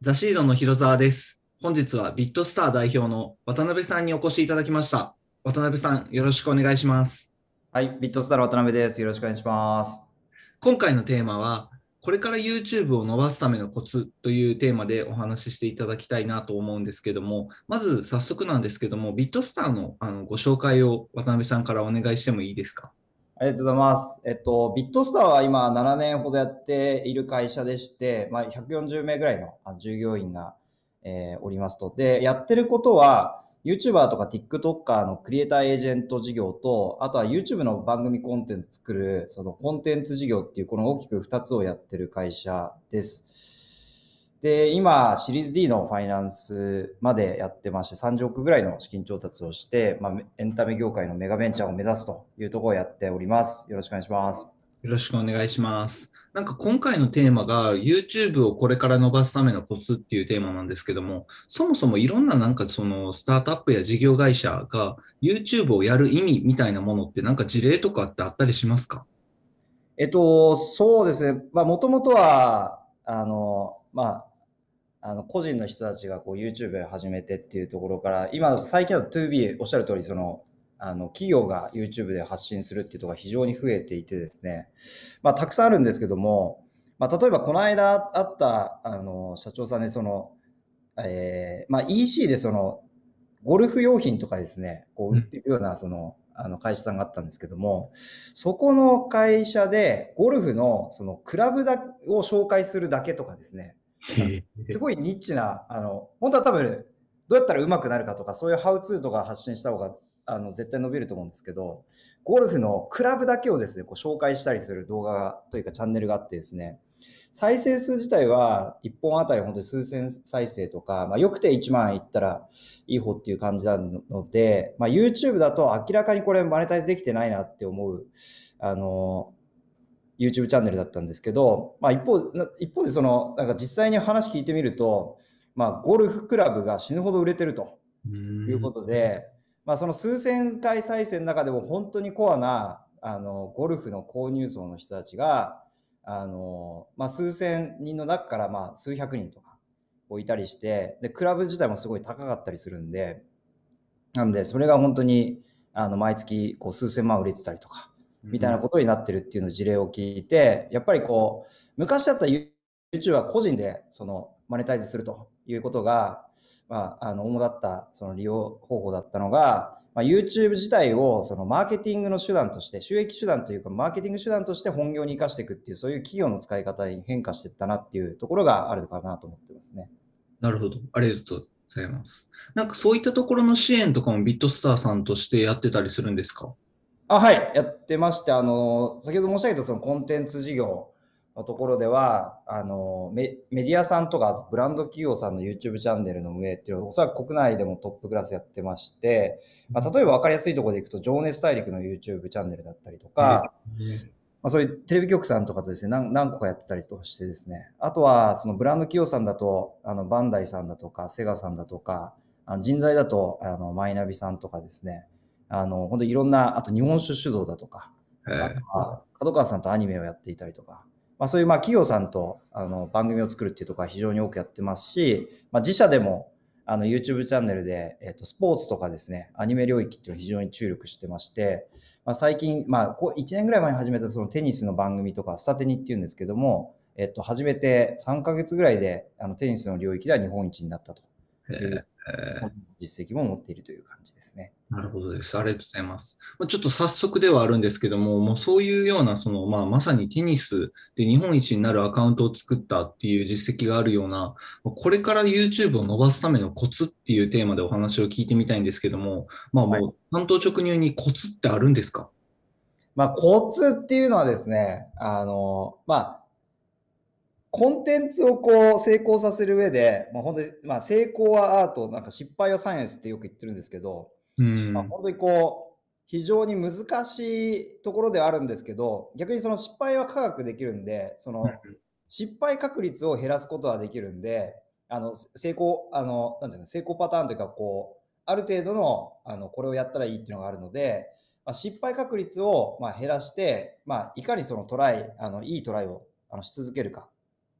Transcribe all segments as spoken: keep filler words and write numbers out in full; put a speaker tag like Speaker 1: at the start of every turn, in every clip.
Speaker 1: ザシードの広澤です。本日はビットスター代表の渡辺さんにお越しいただきました。渡辺さん、よろしくお願いします。
Speaker 2: はい、ビットスターの渡辺です。よろしくお願いします。
Speaker 1: 今回のテーマは、これから YouTube を伸ばすためのコツというテーマでお話ししていただきたいなと思うんですけども、まず早速なんですけども、ビットスターのあのご紹介を渡辺さんからお願いしてもいいですか？
Speaker 2: ありがとうございます。えっと、ビットスターは今ななねんほどやっている会社でして、まあ、ひゃくよんじゅうめいぐらいのあ従業員が、えーおりますと。で、やってることは、YouTuber とか TikToker のクリエイターエージェント事業と、あとは YouTube の番組コンテンツ作る、そのコンテンツ事業っていう、この大きくふたつをやってる会社です。で、今、シリーズ D のファイナンスまでやってまして、さんじゅうおくぐらいの資金調達をして、まあ、エンタメ業界のメガベンチャーを目指すというところをやっております。よろしくお願いします。
Speaker 1: よろしくお願いします。なんか今回のテーマが YouTube をこれから伸ばすためのコツっていうテーマなんですけども、そもそもいろんななんかそのスタートアップや事業会社が YouTube をやる意味みたいなものってなんか事例とかってあったりしますか？
Speaker 2: えっと、そうですね。まあ、もともとは、あの、まあ、あの、個人の人たちがこう YouTube を始めてっていうところから、今、最近だと ツービー、おっしゃる通り、その、あの、企業が YouTube で発信するっていうところが非常に増えていてですね、まあ、たくさんあるんですけども、まあ、例えばこの間あった、あの、社長さんで、その、えーまあ、イーシー でその、ゴルフ用品とかですね、こう売っ
Speaker 1: うん。
Speaker 2: ていくような、その、あの会社さんがあったんですけども、そこの会社でゴルフのそのクラブだを紹介するだけとかですね、あの
Speaker 1: へえ。
Speaker 2: すごいニッチな、あの、本当は多分、どうやったら上手くなるかとか、そういうハウツーとか発信した方が、あの、絶対伸びると思うんですけど、ゴルフのクラブだけをですね、こう紹介したりする動画がというかチャンネルがあってですね、再生数自体はいっぽんあたり本当に数千再生とか、まあ、よくていちまんいったらいい方っていう感じなので、まあ、YouTube だと明らかにこれマネタイズできてないなって思う、あの、YouTube チャンネルだったんですけど、まあ、一方、一方でその、なんか実際に話聞いてみると、まあ、ゴルフクラブが死ぬほど売れてると
Speaker 1: う
Speaker 2: いう
Speaker 1: ーん。
Speaker 2: ことで、まあ、その数千回再生の中でも本当にコアな、あの、ゴルフの購入層の人たちが、あの、まあ、数千人の中からまあ数百人とかこういたりして、で、クラブ自体もすごい高かったりするんで、なんで、それが本当に、あの、毎月こう数千万売れてたりとか、みたいな
Speaker 1: うん。
Speaker 2: ことになってるっていうの事例を聞いて、やっぱりこう、昔だったら YouTube は個人でそのマネタイズするということが、まあ、あの、主だったその利用方法だったのが、まあ、YouTube 自体をそのマーケティングの手段として、収益手段というか、マーケティング手段として本業に生かしていくっていう、そういう企業の使い方に変化していったなっていうところがあるかなと思ってますね。
Speaker 1: なるほど。ありがとうございます。なんかそういったところの支援とかもビットスターさんとしてやってたりするんですか？
Speaker 2: あ、はい、やってまして、あの、先ほど申し上げたそのコンテンツ事業のところでは、あの、メメディアさんとかブランド企業さんの YouTube チャンネルの運営っていうのをおそらく国内でもトップクラスやってまして、まあ、例えば分かりやすいところでいくと、情熱大陸の YouTube チャンネルだったりと
Speaker 1: え
Speaker 2: か、まあ、そういうテレビ局さんとかとですね、何何個かやってたりとかしてですね、あとはそのブランド企業さんだと、あの、バンダイさんだとか、セガさんだとか、あの人材だと、あの、マイナビさんとかですね、あの、本当いろんな、あと日本酒主導だとか、あと
Speaker 1: え
Speaker 2: は角川さんとアニメをやっていたりとか、まあ、そういうまあ企業さんとあの番組を作るっていうところは非常に多くやってますし、まあ、自社でもあの YouTube チャンネルで、えっと、スポーツとかですね、アニメ領域っていうのを非常に注力してまして、まあ、最近、まあ、こういちねんぐらい前に始めたそのテニスの番組とか、スタテニっていうんですけども、えっと、始めてさんかげつぐらいであのテニスの領域では日本一になったと
Speaker 1: ー、
Speaker 2: いう
Speaker 1: えー
Speaker 2: 実績も持っているという感じですね。
Speaker 1: なるほどです。ありがとうございます。まあちょっと早速ではあるんですけども、もうそういうような、その、まあ、まさにテニスで日本一になるアカウントを作ったっていう実績があるような、これから YouTube を伸ばすためのコツっていうテーマでお話を聞いてみたいんですけども、まあ
Speaker 2: はい。
Speaker 1: もう、単刀直入にコツってあるんですか？
Speaker 2: まあ、コツっていうのはですね、あの、まあ、コンテンツをこう成功させる上で、まあ、本当に、まあ、成功はアート、なんか失敗はサイエンスってよく言ってるんですけど、
Speaker 1: う
Speaker 2: まあ、
Speaker 1: ん。
Speaker 2: 本当にこう、非常に難しいところではあるんですけど、逆にその失敗は科学できるんで、その失敗確率を減らすことはできるんで、あの成功、あの、なんていうの、成功パターンというか、こう、ある程度の、あの、これをやったらいいっていうのがあるので、まあ、失敗確率をまあ減らして、まあ、いかにそのトライ、あの、いいトライをあのし続けるか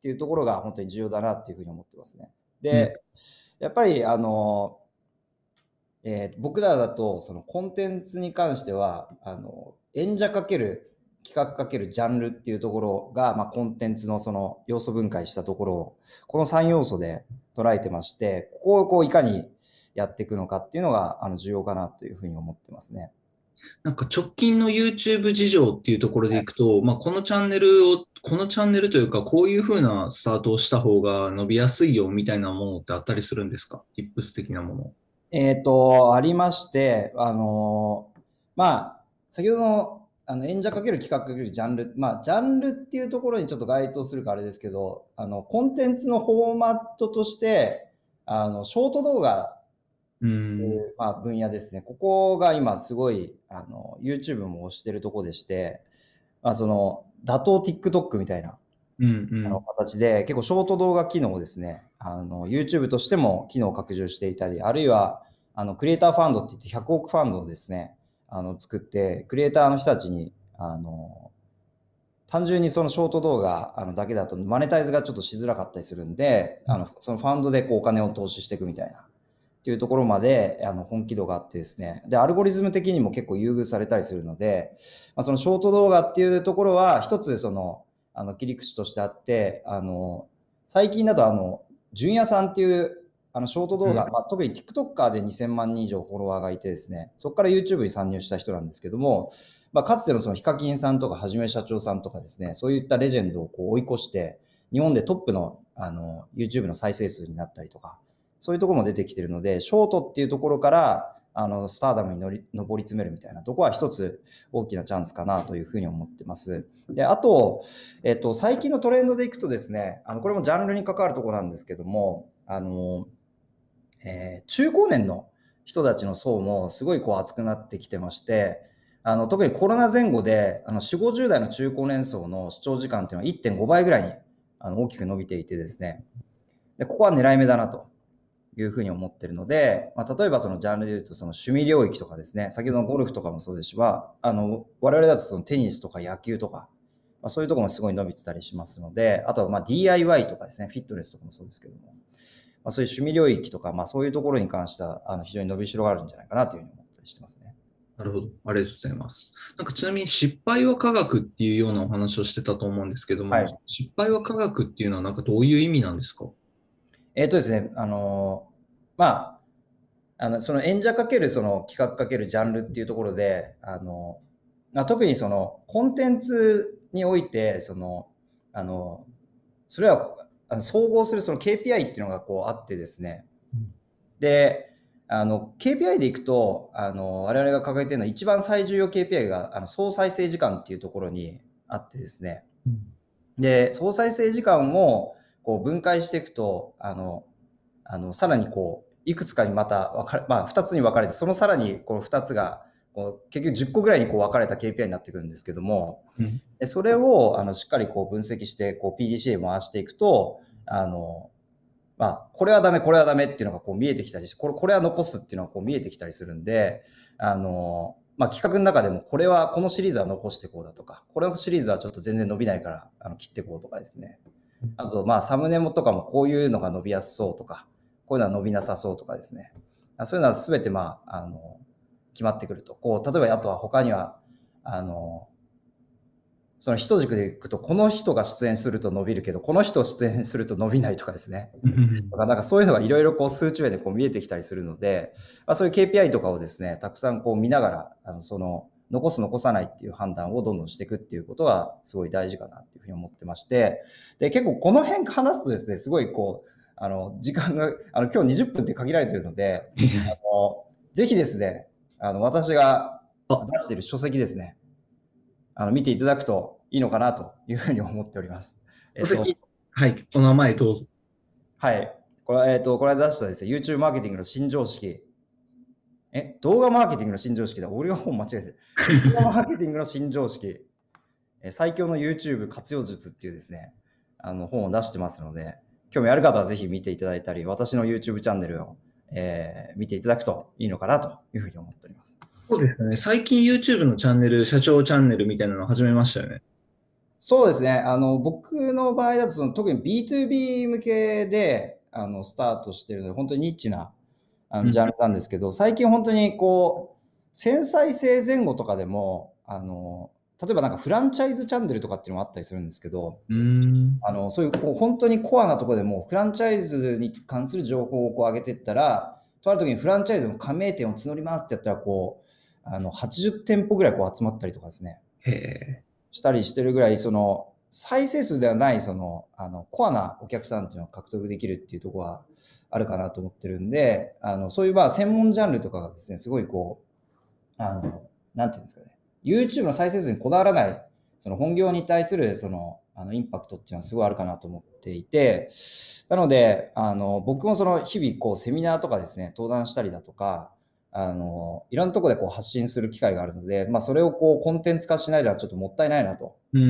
Speaker 2: っていうところが本当に重要だなっていうふうに思ってますね。
Speaker 1: うん。
Speaker 2: で、やっぱりあの、えー僕らだとそのコンテンツに関してはあの演者かける企画かけるジャンルっていうところが、まあ、コンテンツのその要素分解したところをこのさん要素で捉えてまして、ここをこういかにやっていくのかっていうのがあの重要かなというふうに思ってますね。
Speaker 1: なんか直近の YouTube 事情っていうところでいくと、まあ、このチャンネルを、このチャンネルというか、こういうふうなスタートをした方が伸びやすいよみたいなものってあったりするんですか？ Tips 的なもの。
Speaker 2: えっと、ありまして、あのまあ、先ほどのあの演者かける企画かけるジャンル、まあ、ジャンルっていうところにちょっと該当するかあれですけど、あのコンテンツのフォーマットとして、あのショート動画
Speaker 1: うん。
Speaker 2: まあ、分野ですね。ここが今すごいあの YouTube も推してるところでして、まあ、その打倒 TikTok みたいな
Speaker 1: うんう
Speaker 2: あの
Speaker 1: ん。
Speaker 2: 形で結構ショート動画機能をですね、あの YouTube としても機能を拡充していたり、あるいはあのクリエイターファンドって言ってひゃくおくファンドをですね、あの作ってクリエイターの人たちにあの単純にそのショート動画あのだけだとマネタイズがちょっとしづらかったりするんで、あのそのファンドでこうお金を投資していくみたいなっていうところまであの本気度があってですね、でアルゴリズム的にも結構優遇されたりするので、まあ、そのショート動画っていうところは一つそのあの切り口としてあって、あの最近だとあの純也さんっていうあのショート動画、
Speaker 1: うん
Speaker 2: まあ、特に TikToker でにせんまんにん以上フォロワーがいてですね、そこから YouTube に参入した人なんですけども、まあ、かつてのそのヒカキンさんとかはじめ社長さんとかですね、そういったレジェンドをこう追い越して、日本でトップのあの YouTube の再生数になったりとか、そういうところも出てきてるので、ショートっていうところからあのスターダムに乗り上り詰めるみたいなところは一つ大きなチャンスかなというふうに思ってます。で、あと、えっと、最近のトレンドでいくとですね、あのこれもジャンルに関わるところなんですけども、あの、えー中高年の人たちの層もすごいこう熱くなってきてまして、あの特にコロナ前後であのよんじゅう、ごじゅう代の中高年層の視聴時間っていうのはいってんごばいぐらいにあの大きく伸びていてですね、でここは狙い目だなというふうに思ってるので、まあ、例えばそのジャンルで言うとその趣味領域とかですね、先ほどのゴルフとかもそうですし、はあの我々だとそのテニスとか野球とか、まあ、そういうところもすごい伸びてたりしますので、あとはまあ ディーアイワイ とかですね、フィットネスとかもそうですけども、まあ、そういう趣味領域とか、まあ、そういうところに関してはあの非常に伸びしろがあるんじゃないかなというふうに思ったりしてますね。
Speaker 1: なるほど。ありがとうございます。なんかちなみに失敗は科学っていうようなお話をしてたと思うんですけども、
Speaker 2: はい。
Speaker 1: 失敗は科学っていうのはなんかどういう意味なんですか？
Speaker 2: えっ、とですね、あのまあ、あのその演者かけるその企画かけるジャンルっていうところで、あのまあ、特にそのコンテンツにおいてそのあのそれはあの総合するその ケーピーアイ っていうのがこうあってですね、であの ケーピーアイ でいくとあの我々が掲げているのは一番最重要 ケーピーアイ があの総再生時間っていうところにあってですね、で総再生時間をこう分解していくとあのあのさらにこういくつかにまた分かれ、まあ、ふたつに分かれて、そのさらにこのふたつがこう結局じゅっこぐらいにこう分かれた ケーピーアイ になってくるんですけども、
Speaker 1: うん。
Speaker 2: でそれをあのしっかりこう分析してこう ピーディーシー へ回していくと、あのまあ、これはダメ、これはダメっていうのがこう見えてきたりして、これこれは残すっていうのがこう見えてきたりするんで、あのまあ、企画の中でもこれはこのシリーズは残していこうだとか、これのシリーズはちょっと全然伸びないからあの切っていこうとかですね。あとまあサムネとかもこういうのが伸びやすそうとか、こういうのは伸びなさそうとかですね。そういうのは全てまああの決まってくると。こう例えばあとは他にはあのその一軸でいくと、この人が出演すると伸びるけど、この人出演すると伸びないとかですね。だからなんかそういうのがいろいろこう数値面でこう見えてきたりするので、まあ、そういう ケーピーアイ とかをですね、たくさんこう見ながら、あのその残す残さないっていう判断をどんどんしていくっていうことがすごい大事かなっていうふうに思ってまして、で結構この辺話すとですね、すごいこう、あの時間があの今日にじゅっぷんって限られているので、あのぜひですね、あの私が
Speaker 1: あ、
Speaker 2: 出している書籍ですね、あの見ていただくといいのかなというふうに思っております。えっと、
Speaker 1: はい、お名前どうぞ。
Speaker 2: はい。これ、えっと、これ出したですね、YouTube マーケティングの新常識。え、動画マーケティングの新常識だ。俺が本間違えてる。動画マーケティングの新常識。え最強の YouTube 活用術っていうですね、あの本を出してますので、興味ある方はぜひ見ていただいたり、私の YouTube チャンネルを、えー見ていただくといいのかなというふうに思っております。
Speaker 1: そうですね。最近 YouTube のチャンネル、社長チャンネルみたいなの始めましたよね。
Speaker 2: そうですね。あの、僕の場合だと、その特に ビーツービー 向けで、あの、スタートしてるので、本当にニッチな、あの、
Speaker 1: うん。
Speaker 2: ジャンルなんですけど、最近本当にこう、せん再生前後とかでも、あの、例えばなんかフランチャイズチャンネルとかっていうのもあったりするんですけど、
Speaker 1: うーん。
Speaker 2: あの、そういうこう本当にコアなところでも、フランチャイズに関する情報をこう上げていったら、とある時にフランチャイズの加盟店を募りますってやったら、こう、あの、はちじゅってんぽぐらいこう集まったりとかですね。
Speaker 1: へえ。
Speaker 2: したりしてるぐらい、その、再生数ではない、その、あの、コアなお客さんっていうのを獲得できるっていうところはあるかなと思ってるんで、あの、そういうまあ、専門ジャンルとかがですね、すごいこう、あの、なんていうんですかね、YouTube の再生数にこだわらない、その本業に対する、その、あの、インパクトっていうのはすごいあるかなと思っていて、なので、あの、僕もその、日々、こう、セミナーとかですね、登壇したりだとか、あの、いろんなところでこう発信する機会があるので、まあ、それをこう、コンテンツ化しないのはちょっともったいないなと。
Speaker 1: うん。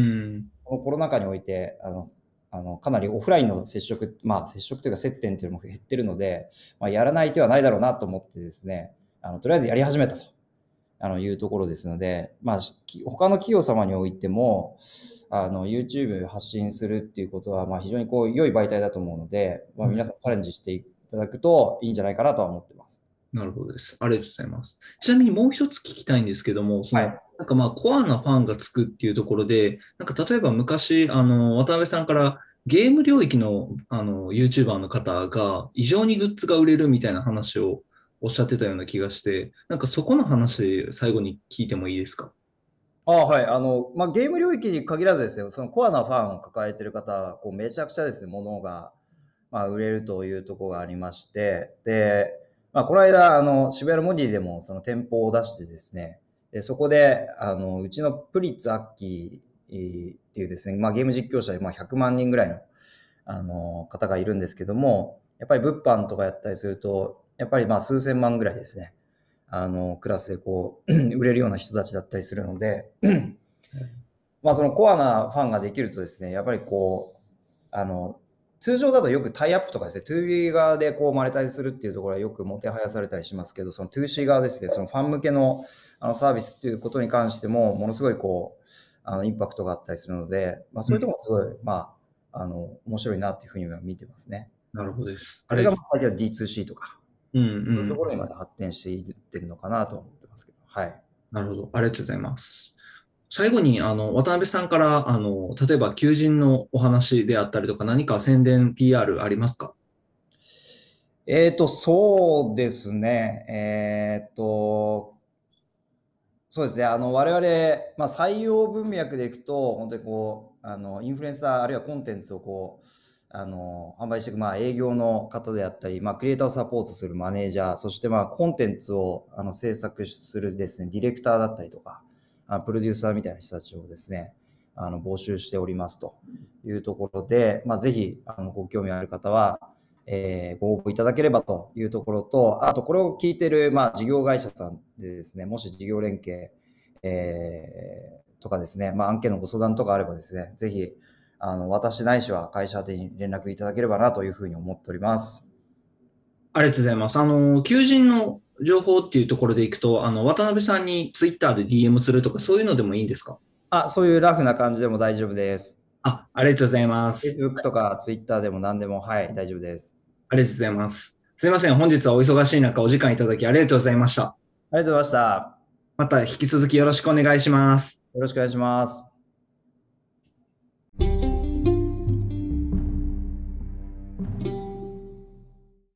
Speaker 2: このコロナ禍において、あの、あのかなりオフラインの接触、まあ、接触というか接点というのも減ってるので、まあ、やらない手はないだろうなと思ってですね、あのとりあえずやり始めたとあのいうところですので、まあ、他の企業様においても、あの YouTube 発信するっていうことは、まあ、非常にこう良い媒体だと思うので、まあ、皆さんチャレンジしていただくといいんじゃないかなとは思ってます。
Speaker 1: なるほどです。ありがとうございます。ちなみにもう一つ聞きたいんですけども、その、
Speaker 2: はい。
Speaker 1: なんかまあ、コアなファンがつくっていうところで、なんか例えば昔、あの、渡辺さんからゲーム領域の、あの、YouTuber の方が異常にグッズが売れるみたいな話をおっしゃってたような気がして、なんかそこの話、最後に聞いてもいいですか？
Speaker 2: ああ、はい。あの、まあ、ゲーム領域に限らずですね、そのコアなファンを抱えている方は、こうめちゃくちゃですね、物が、まあ、売れるというところがありまして、で、まあ、この間、あの、渋谷のモディでもその店舗を出してですね、で、そこで、あの、うちのプリッツアッキーっていうですね、まあ、ゲーム実況者で、まあ、ひゃくまん人ぐらいの、あの、方がいるんですけども、やっぱり物販とかやったりすると、やっぱりまあ、数千万ぐらいですね。あの、クラスでこう、売れるような人たちだったりするので、まあそのコアなファンができるとですね、やっぱりこう、あの、通常だとよくタイアップとかですね、ツービー 側でこうマネタイズするっていうところはよくもてはやされたりしますけど、その ツーシー 側ですね、そのファン向けのあのサービスっていうことに関しても、ものすごいこう、あの、インパクトがあったりするので、まあそういうところもすごい、まあ、あの、面白いなっていうふうには見てますね。
Speaker 1: なるほどです。あ
Speaker 2: それ
Speaker 1: れ、
Speaker 2: がまあ先ほど ディーツーシー とか、
Speaker 1: うんう
Speaker 2: そういうところに
Speaker 1: ん。
Speaker 2: まで発展していってるのかなと思ってますけど、はい。
Speaker 1: なるほど。ありがとうございます。最後に、あの、渡辺さんから、あの、例えば求人のお話であったりとか、何か宣伝 ピーアール ありますか？
Speaker 2: えーと、そうですね。えーと、そうですね。あの、我々、まあ、採用文脈でいくと、本当にこう、あの、インフルエンサー、あるいはコンテンツをこう、あの、販売していく、まあ、営業の方であったり、まあ、クリエイターをサポートするマネージャー、そして、まあ、コンテンツを、あの、制作するですね、ディレクターだったりとか、あのプロデューサーみたいな人たちをですね、あの、募集しておりますというところで、まあ、ぜひ、あの、ご興味ある方は、えーご応募いただければというところと、あとこれを聞いている、まあ、事業会社さんでですね、もし事業連携、えーとかですね、まあ、案件のご相談とかあればですね、ぜひ、あの、私ないしは会社宛てに連絡いただければなというふうに思っております。
Speaker 1: ありがとうございます。あの、求人の情報っていうところでいくと、あの、渡辺さんにツイッターで ディーエム するとか、そういうのでもいいんですか？
Speaker 2: あ、そういうラフな感じでも大丈夫です。
Speaker 1: あ、ありがとうございます。
Speaker 2: Facebook とか Twitter でも何でも、はい、大丈夫です。
Speaker 1: ありがとうございます。すいません。本日はお忙しい中、お時間いただきありがとうございました。
Speaker 2: ありがとうございました。
Speaker 1: また引き続きよろしくお願いします。
Speaker 2: よろしくお願いします。